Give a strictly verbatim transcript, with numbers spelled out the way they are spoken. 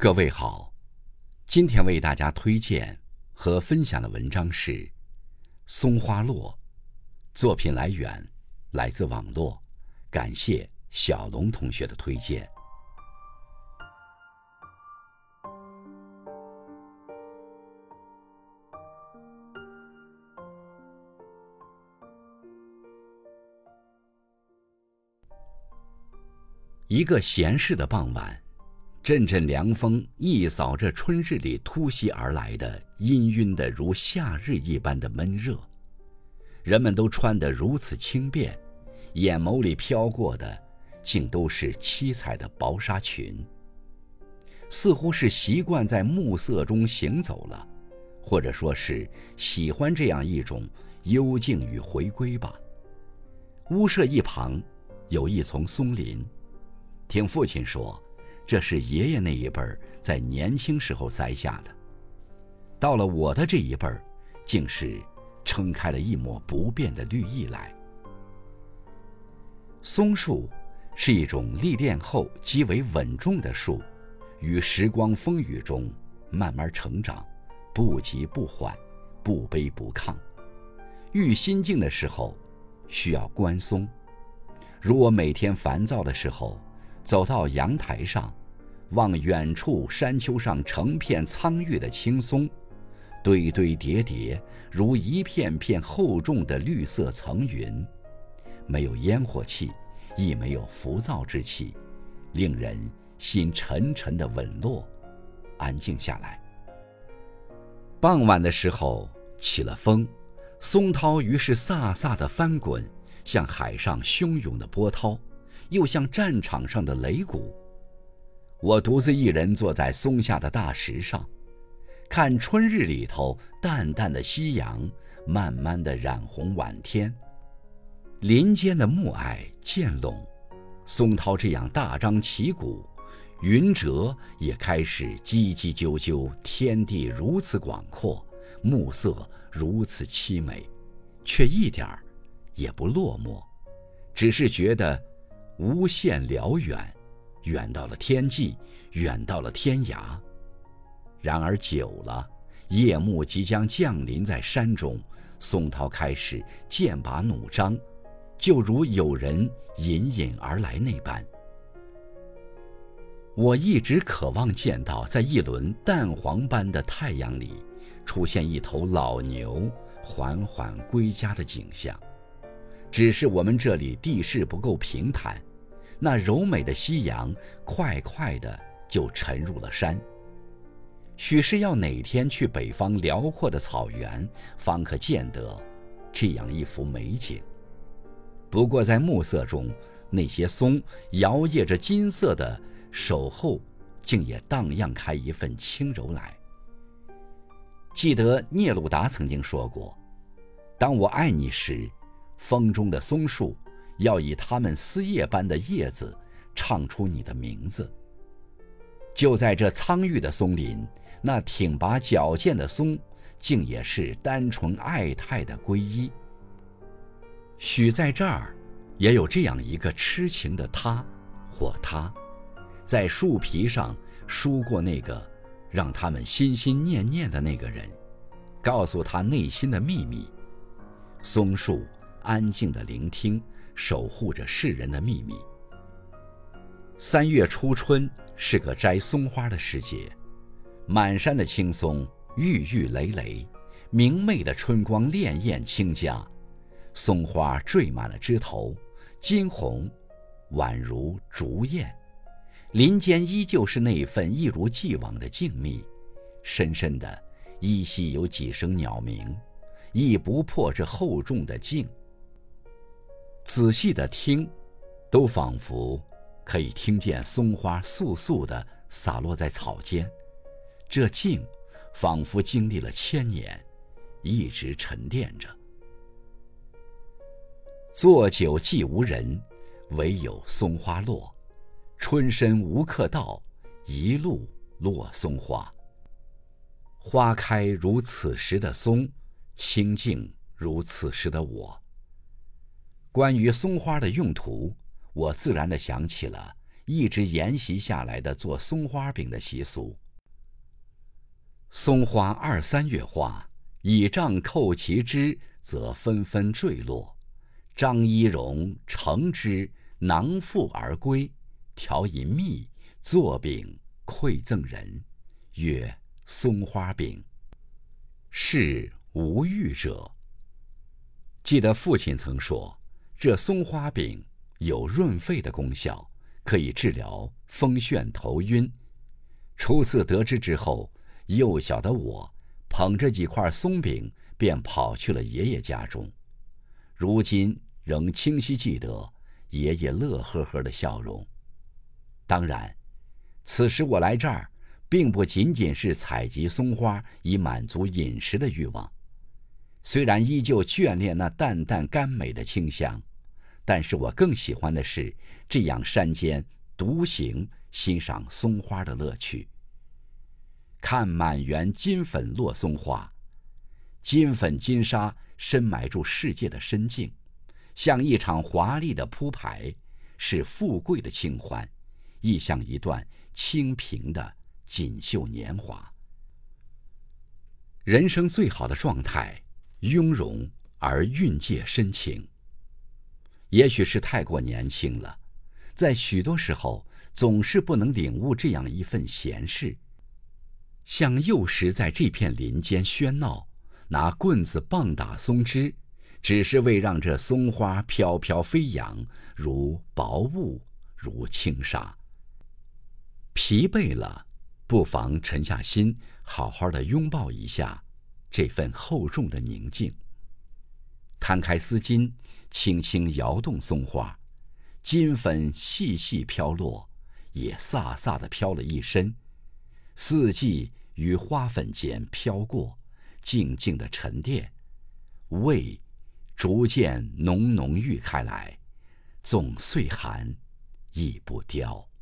各位好，今天为大家推荐和分享的文章是《松花落》，作品来源来自网络，感谢小龙同学的推荐。一个闲适的傍晚，阵阵凉风一扫这春日里突袭而来的氤氲的如夏日一般的闷热。人们都穿得如此轻便，眼眸里飘过的竟都是七彩的薄纱裙，似乎是习惯在暮色中行走了，或者说是喜欢这样一种幽静与回归吧。屋舍一旁有一丛松林，听父亲说，这是爷爷那一辈儿在年轻时候栽下的，到了我的这一辈儿，竟是撑开了一抹不变的绿意来。松树是一种历练后极为稳重的树，于时光风雨中慢慢成长，不急不缓，不卑不亢。遇心境的时候需要观松，如我每天烦躁的时候，走到阳台上，望远处山丘上成片苍郁的青松，堆堆叠叠，如一片片厚重的绿色层云，没有烟火气，亦没有浮躁之气，令人心沉沉的稳落，安静下来。傍晚的时候起了风，松涛于是飒飒地翻滚，像海上汹涌的波涛，又像战场上的擂鼓。我独自一人坐在松下的大石上，看春日里头淡淡的夕阳慢慢地染红晚天。林间的暮霭渐拢，松涛这样大张旗鼓，云蛰也开始叽叽啾啾。天地如此广阔，暮色如此凄美，却一点儿也不落寞，只是觉得无限辽远，远到了天际，远到了天涯。然而久了，夜幕即将降临在山中，松涛开始剑拔弩张，就如有人隐隐而来那般。我一直渴望见到在一轮淡黄般的太阳里，出现一头老牛缓缓归家的景象。只是我们这里地势不够平坦，那柔美的夕阳快快的就沉入了山。许是要哪天去北方辽阔的草原，方可见得这样一幅美景。不过在暮色中，那些松摇曳着金色的守候，竟也荡漾开一份轻柔来。记得聂鲁达曾经说过，当我爱你时，风中的松树要以它们丝叶般的叶子唱出你的名字。就在这苍郁的松林，那挺拔矫健的松竟也是单纯爱态的皈依。许在这儿也有这样一个痴情的他或她，在树皮上梳过那个让他们心心念念的那个人，告诉他内心的秘密。松树安静地聆听，守护着世人的秘密。三月初春是个摘松花的时节，满山的青松郁郁累累，明媚的春光潋滟清佳，松花缀满了枝头，金红宛如竹燕。林间依旧是那份一如既往的静谧，深深的依稀有几声鸟鸣，亦不破这厚重的静。仔细的听，都仿佛可以听见松花簌簌地洒落在草间，这静仿佛经历了千年，一直沉淀着。坐久既无人，唯有松花落。春深无客到，一路落松花。花开如此时的松，清静如此时的我。关于松花的用途，我自然地想起了一直沿袭下来的做松花饼的习俗。松花二三月花，倚杖扣其枝，则纷纷坠落。张一荣乘之，囊复而归，调以蜜，作饼馈赠人，曰松花饼。是无欲者。记得父亲曾说，这松花饼有润肺的功效，可以治疗风眩头晕。初次得知之后，幼小的我捧着几块松饼便跑去了爷爷家中。如今仍清晰记得爷爷乐呵呵的笑容。当然，此时我来这儿并不仅仅是采集松花以满足饮食的欲望，虽然依旧眷恋那淡淡甘美的清香，但是我更喜欢的是这样山间独行欣赏松花的乐趣。看满园金粉落松花，金粉金沙深埋住世界的深境，像一场华丽的铺排，是富贵的清欢，亦像一段清平的锦绣年华。人生最好的状态，雍容而蕴藉深情。也许是太过年轻了，在许多时候总是不能领悟这样一份闲适。像幼时在这片林间喧闹，拿棍子棒打松枝，只是为让这松花飘飘飞扬，如薄雾，如轻纱。疲惫了，不妨沉下心，好好的拥抱一下这份厚重的宁静。摊开丝巾，轻轻摇动松花，金粉细细飘落，也飒飒地飘了一身。四季于花粉间飘过，静静地沉淀，味逐渐浓浓郁开来，纵岁寒亦不凋。